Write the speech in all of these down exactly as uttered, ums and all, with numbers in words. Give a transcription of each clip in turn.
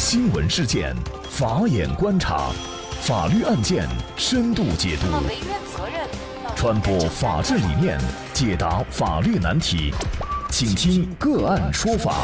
新闻事件，法眼观察，法律案件深度解读，传播法治理念，解答法律难题，请听个案说法。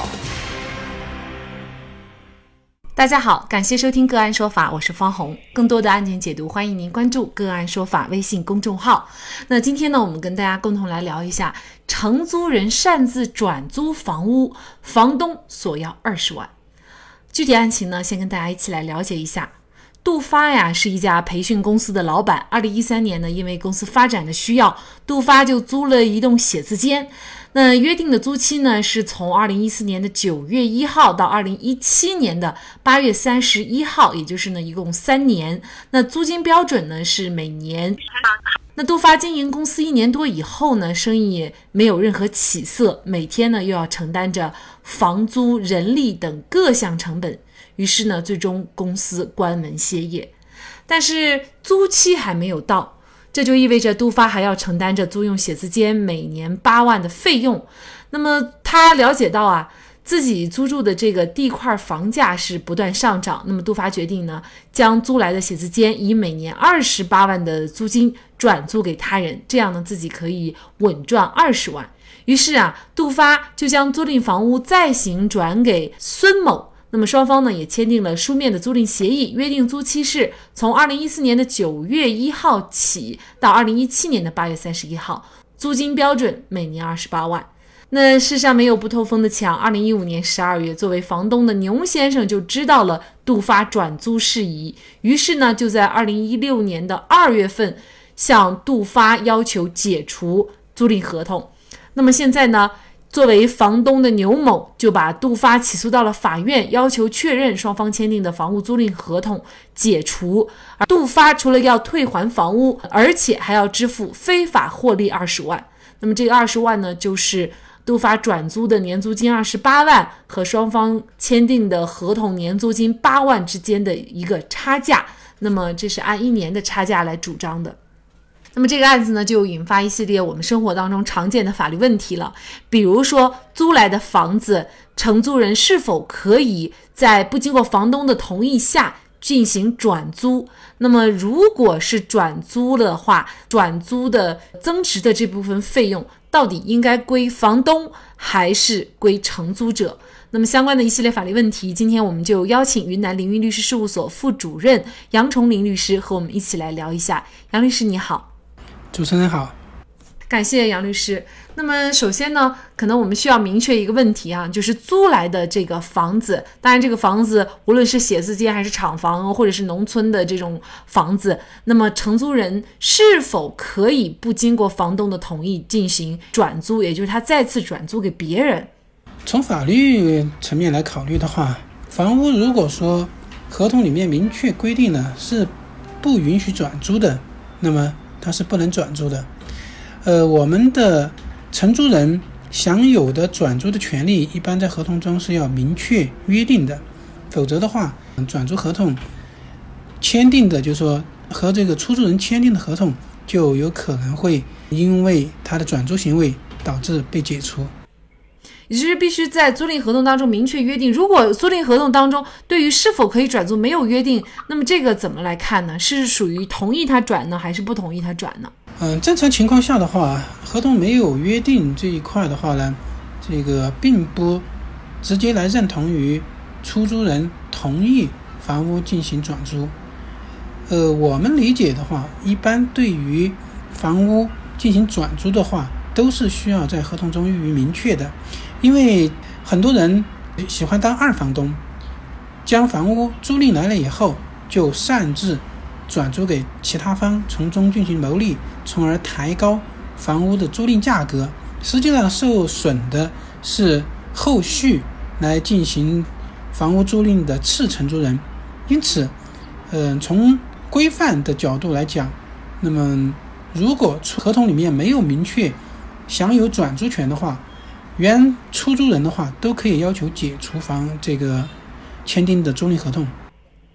大家好，感谢收听个案说法，我是方红。更多的案件解读，欢迎您关注个案说法微信公众号。那今天呢，我们跟大家共同来聊一下，承租人擅自转租房屋，房东索要二十万。具体案情呢，先跟大家一起来了解一下。杜发呀是一家培训公司的老板，二零一三年呢，因为公司发展的需要，杜发就租了一栋写字间。那约定的租期呢，是从二零一四年的九月一号到二零一七年的八月三十一号，也就是呢一共三年。那租金标准呢是每年。那杜发经营公司一年多以后呢，生意也没有任何起色，每天呢又要承担着房租、人力等各项成本，于是呢最终公司关门歇业。但是租期还没有到，这就意味着杜发还要承担着租用写字间每年八万的费用。那么他了解到啊，自己租住的这个地块房价是不断上涨，那么杜发决定呢，将租来的写字间以每年二十八万的租金转租给他人，这样呢自己可以稳赚二十万。于是啊，杜发就将租赁房屋再行转给孙某。那么双方呢也签订了书面的租赁协议，约定租期是从二零一四年的九月一号起到二零一七年的八月三十一号，租金标准每年二十八万。那世上没有不透风的墙，二零一五年十二月，作为房东的牛先生就知道了杜发转租事宜，于是呢就在二零一六年的二月份向杜发要求解除租赁合同。那么现在呢，作为房东的牛某就把杜发起诉到了法院，要求确认双方签订的房屋租赁合同解除。而杜发除了要退还房屋，而且还要支付非法获利二十万。那么这个二十万呢，就是杜发转租的年租金二十八万和双方签订的合同年租金八万之间的一个差价。那么这是按一年的差价来主张的。那么这个案子呢，就引发一系列我们生活当中常见的法律问题了。比如说，租来的房子，承租人是否可以在不经过房东的同意下进行转租？那么如果是转租的话，转租的增值的这部分费用到底应该归房东还是归承租者？那么相关的一系列法律问题，今天我们就邀请云南凌云律师事务所副主任杨崇林律师和我们一起来聊一下。杨律师你好。 主持人好， 感谢杨律师。那么首先呢，可能我们需要明确一个问题啊，就是租来的这个房子，当然这个房子无论是写字间还是厂房或者是农村的这种房子，那么承租人是否可以不经过房东的同意进行转租，也就是他再次转租给别人？ 从法律层面来考虑的话，房屋如果说合同里面明确规定了是不允许转租的，那么它是不能转租的。呃，我们的承租人享有的转租的权利，一般在合同中是要明确约定的，否则的话，转租合同签订的，就是说和这个出租人签订的合同，就有可能会因为他的转租行为导致被解除。 也就是必须在租赁合同当中明确约定，如果租赁合同当中对于是否可以转租没有约定，那么这个怎么来看呢？是属于同意他转呢，还是不同意他转呢？ 嗯，正常情况下的话，合同没有约定这一块的话呢，这个并不直接来认同于出租人同意房屋进行转租。呃，我们理解的话，一般对于房屋进行转租的话，都是需要在合同中予以明确的。因为很多人喜欢当二房东，将房屋租赁来了以后就擅自转租给其他方，从中进行牟利，从而抬高房屋的租赁价格。实际上受损的是后续来进行房屋租赁的次承租人。因此呃，从规范的角度来讲，那么如果合同里面没有明确享有转租权的话，原出租人的话都可以要求解除房这个签订的租赁合同。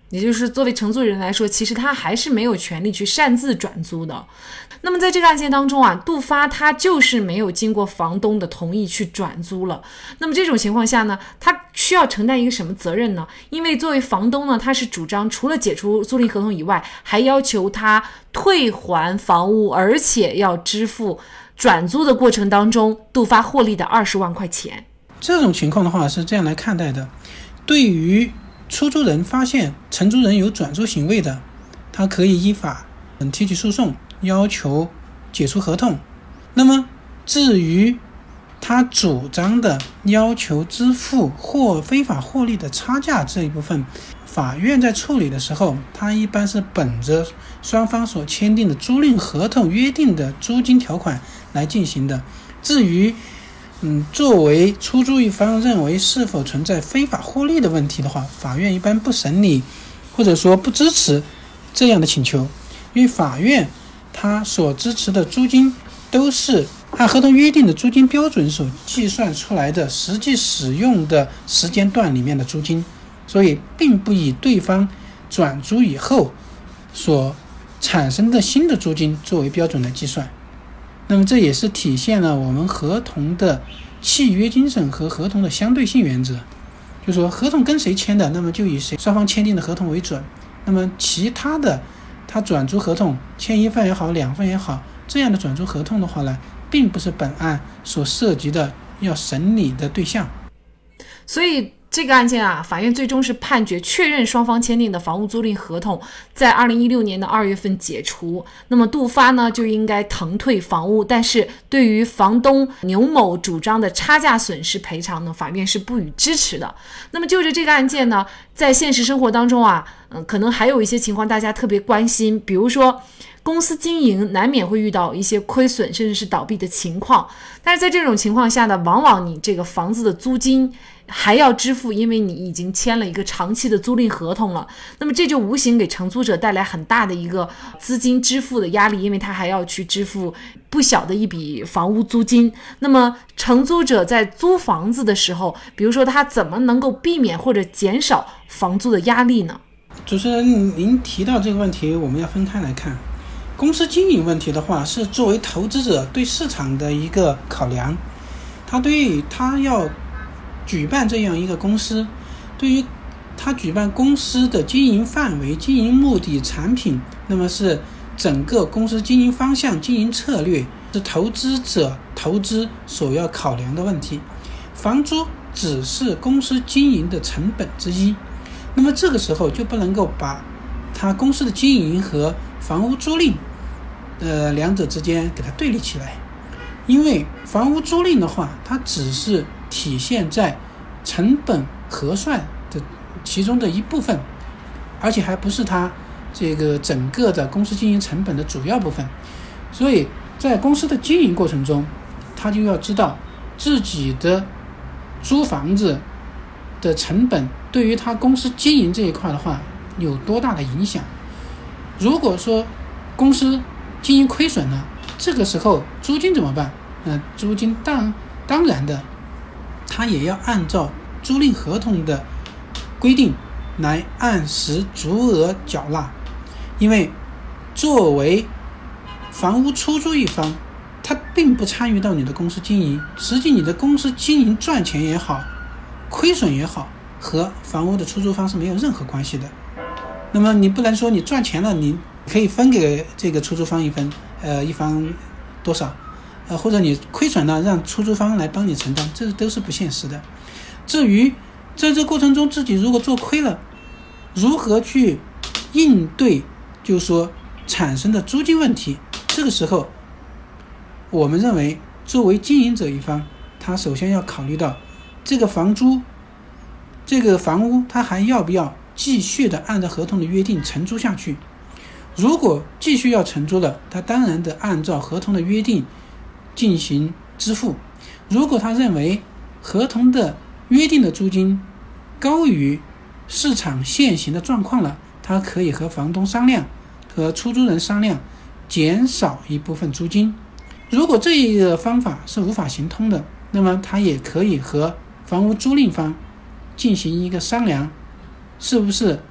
也就是作为承租人来说，其实他还是没有权利去擅自转租的。那么在这个案件当中啊，杜发他就是没有经过房东的同意去转租了。那么这种情况下呢，他需要承担一个什么责任呢？因为作为房东呢，他是主张除了解除租赁合同以外，还要求他退还房屋，而且要支付转租的过程当中杜发获利的二十万块钱。 这种情况的话是这样来看待的，对于出租人发现承租人有转租行为的，他可以依法提起诉讼，要求解除合同。那么至于他主张的要求支付或非法获利的差价这一部分，法院在处理的时候，他一般是本着双方所签订的租赁合同约定的租金条款来进行的。至于嗯，作为出租一方认为是否存在非法获利的问题的话，法院一般不审理或者说不支持这样的请求，因为法院他所支持的租金都是按合同约定的租金标准所计算出来的实际使用的时间段里面的租金，所以并不以对方转租以后所产生的新的租金作为标准来计算。那么这也是体现了我们合同的契约精神和合同的相对性原则，就是说合同跟谁签的，那么就以谁双方签订的合同为准。那么其他的他转租合同签一份也好两份也好，这样的转租合同的话呢，并不是本案所涉及的要审理的对象。 所以这个案件啊，法院最终是判决确认双方签订的房屋租赁合同在二零一六年的二月份解除。那么杜发呢就应该腾退房屋，但是对于房东牛某主张的差价损失赔偿呢，法院是不予支持的。那么就着这个案件呢，在现实生活当中啊，嗯，可能还有一些情况大家特别关心，比如说公司经营难免会遇到一些亏损甚至是倒闭的情况，但是在这种情况下呢，往往你这个房子的租金还要支付，因为你已经签了一个长期的租赁合同了，那么这就无形给承租者带来很大的一个资金支付的压力，因为他还要去支付不小的一笔房屋租金。那么承租者在租房子的时候，比如说他怎么能够避免或者减少房租的压力呢？ 主持人您提到这个问题，我们要分开来看。公司经营问题的话，是作为投资者对市场的一个考量，他对于他要举办这样一个公司，对于他举办公司的经营范围、经营目的、产品，那么是整个公司经营方向、经营策略，是投资者投资所要考量的问题。房租只是公司经营的成本之一，那么这个时候就不能够把他公司的经营和房屋租赁呃两者之间给它对立起来。因为房屋租赁的话，它只是体现在成本核算的其中的一部分，而且还不是它这个整个的公司经营成本的主要部分。所以在公司的经营过程中，他就要知道自己的租房子的成本对于他公司经营这一块的话有多大的影响。如果说公司经营亏损了，这个时候租金怎么办？呃，租金当当然的，他也要按照租赁合同的规定来按时足额缴纳。因为作为房屋出租一方，他并不参与到你的公司经营，实际你的公司经营赚钱也好，亏损也好，和房屋的出租方是没有任何关系的。那么你不能说你赚钱了，你可以分给这个出租方一分，呃，一方多少，呃，或者你亏损了，让出租方来帮你承担，这都是不现实的。至于在这过程中自己如果做亏了，如何去应对，就是说产生的租金问题，这个时候我们认为作为经营者一方，他首先要考虑到这个房租这个房屋他还要不要继续的按照合同的约定承租下去。如果继续要承租了，他当然的按照合同的约定进行支付。如果他认为合同的约定的租金高于市场现行的状况了，他可以和房东商量，和出租人商量，减少一部分租金。如果这一个方法是无法行通的，那么他也可以和房屋租赁方进行一个商量，是不是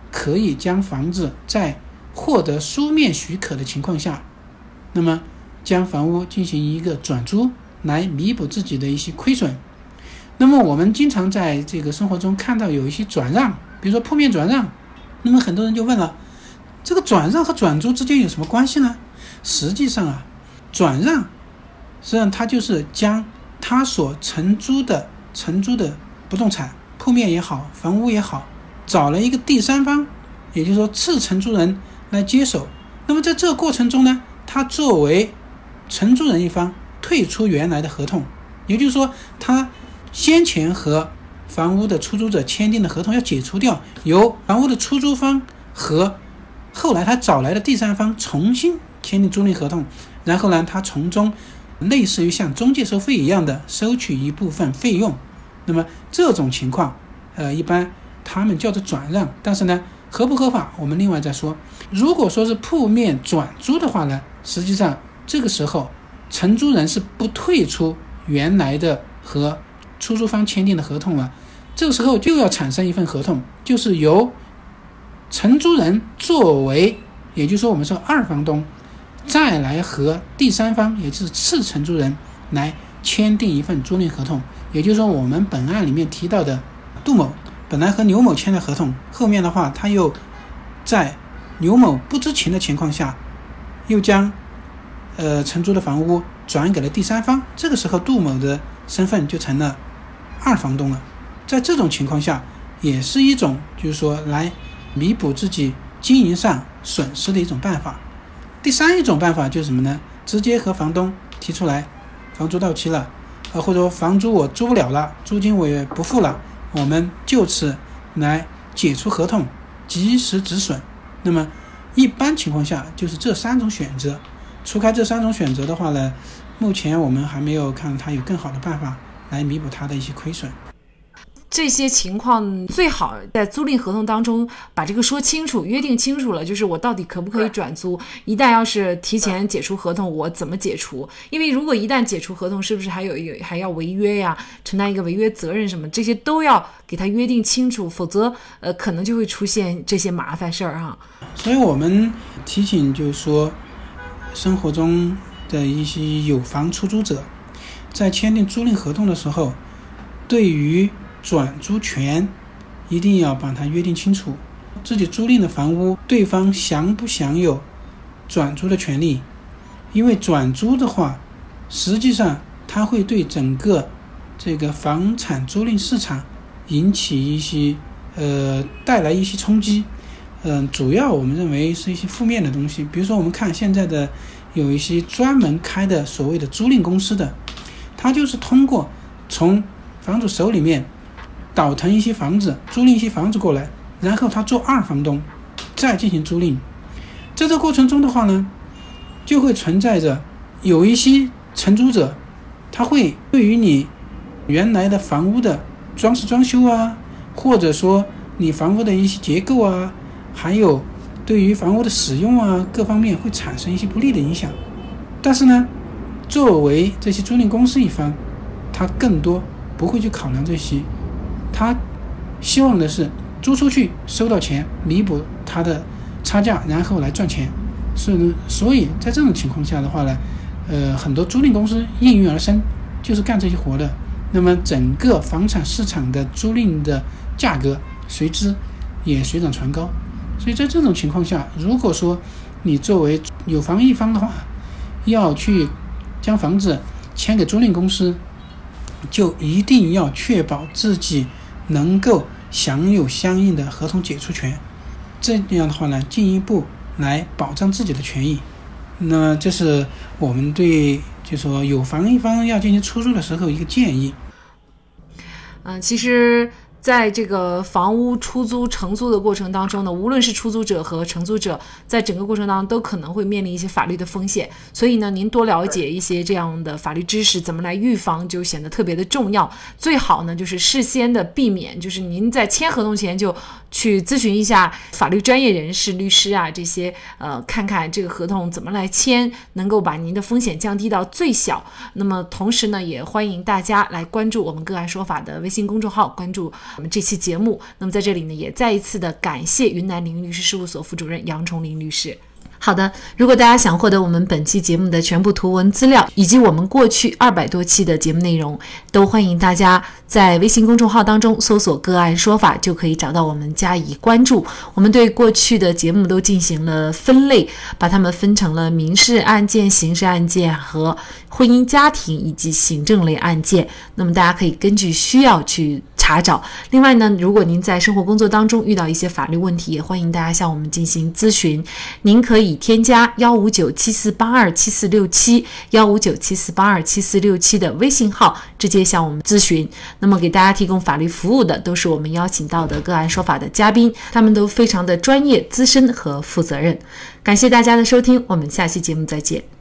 可以将房子在获得书面许可的情况下，那么将房屋进行一个转租，来弥补自己的一些亏损。那么我们经常在这个生活中看到有一些转让，比如说铺面转让，那么很多人就问了，这个转让和转租之间有什么关系呢？实际上啊，转让实际上它就是将他所承租的承租的不动产，铺面也好，房屋也好，找了一个第三方，也就是说次承租人来接手。那么在这个过程中呢，他作为承租人一方退出原来的合同，也就是说他先前和房屋的出租者签订的合同要解除掉，由房屋的出租方和后来他找来的第三方重新签订租赁合同，然后呢，他从中类似于像中介收费一样的收取一部分费用。那么这种情况，呃，一般他们叫做转让，但是呢，合不合法我们另外再说。如果说是铺面转租的话呢，实际上这个时候承租人是不退出原来的和出租方签订的合同了，这个时候就要产生一份合同，就是由承租人作为，也就是说我们说二房东，再来和第三方，也就是次承租人来签订一份租赁合同。也就是说我们本案里面提到的杜某本来和刘某签的合同，后面的话他又在刘某不知情的情况下，又将呃承租的房屋转给了第三方，这个时候杜某的身份就成了二房东了。在这种情况下，也是一种就是说来弥补自己经营上损失的一种办法。第三一种办法就是什么呢？直接和房东提出来，房租到期了，呃，或者说房租我租不了了，租金我也不付了，我们就此来解除合同，及时止损。那么一般情况下就是这三种选择，除开这三种选择的话呢，目前我们还没有看到它有更好的办法来弥补它的一些亏损。 这些情况最好在租赁合同当中把这个说清楚，约定清楚了，就是我到底可不可以转租，一旦要是提前解除合同，我怎么解除？因为如果一旦解除合同，是不是还有一个还要违约呀，承担一个违约责任什么，这些都要给他约定清楚，否则呃可能就会出现这些麻烦事儿哈。 所以我们提醒就是说，生活中的一些有房出租者在签订租赁合同的时候，对于转租权一定要把它约定清楚，自己租赁的房屋对方享不享有转租的权利。因为转租的话，实际上它会对整个这个房产租赁市场引起一些呃带来一些冲击。嗯、呃，主要我们认为是一些负面的东西。比如说我们看现在的有一些专门开的所谓的租赁公司的，它就是通过从房主手里面倒腾一些房子，租赁一些房子过来，然后他做二房东，再进行租赁。在这个过程中的话呢，就会存在着有一些承租者，他会对于你原来的房屋的装饰装修啊，或者说你房屋的一些结构啊，还有对于房屋的使用啊，各方面会产生一些不利的影响。但是呢，作为这些租赁公司一方，他更多不会去考量这些，他希望的是租出去收到钱，弥补他的差价，然后来赚钱。所以所以在这种情况下的话呢，呃，很多租赁公司应运而生，就是干这些活的。那么整个房产市场的租赁的价格随之也水涨船高。所以在这种情况下，如果说你作为有房一方的话，要去将房子签给租赁公司，就一定要确保自己能够享有相应的合同解除权，这样的话呢，进一步来保障自己的权益。那这是我们对就说有房一方要进行出租的时候一个建议。 嗯、呃，其实在这个房屋出租承租的过程当中呢，无论是出租者和承租者，在整个过程当中都可能会面临一些法律的风险，所以呢，您多了解一些这样的法律知识，怎么来预防就显得特别的重要。最好呢就是事先的避免，就是您在签合同前就去咨询一下法律专业人士、律师啊这些，呃，看看这个合同怎么来签，能够把您的风险降低到最小。那么同时呢，也欢迎大家来关注我们个案说法的微信公众号，关注我们这期节目。那么在这里呢，也再一次的感谢云南凌云律师事务所副主任杨崇林律师。好的，如果大家想获得我们本期节目的全部图文资料，以及我们过去二百多期的节目内容，都欢迎大家在微信公众号当中搜索个案说法，就可以找到我们加以关注。我们对过去的节目都进行了分类，把它们分成了民事案件、刑事案件和婚姻家庭以及行政类案件，那么大家可以根据需要去查找。另外呢，如果您在生活工作当中遇到一些法律问题，也欢迎大家向我们进行咨询。您可以添加幺五九七四八二七四六七幺五九七四八二七四六七的微信号，直接向我们咨询。那么给大家提供法律服务的都是我们邀请到的个案说法的嘉宾，他们都非常的专业、资深和负责任。感谢大家的收听，我们下期节目再见。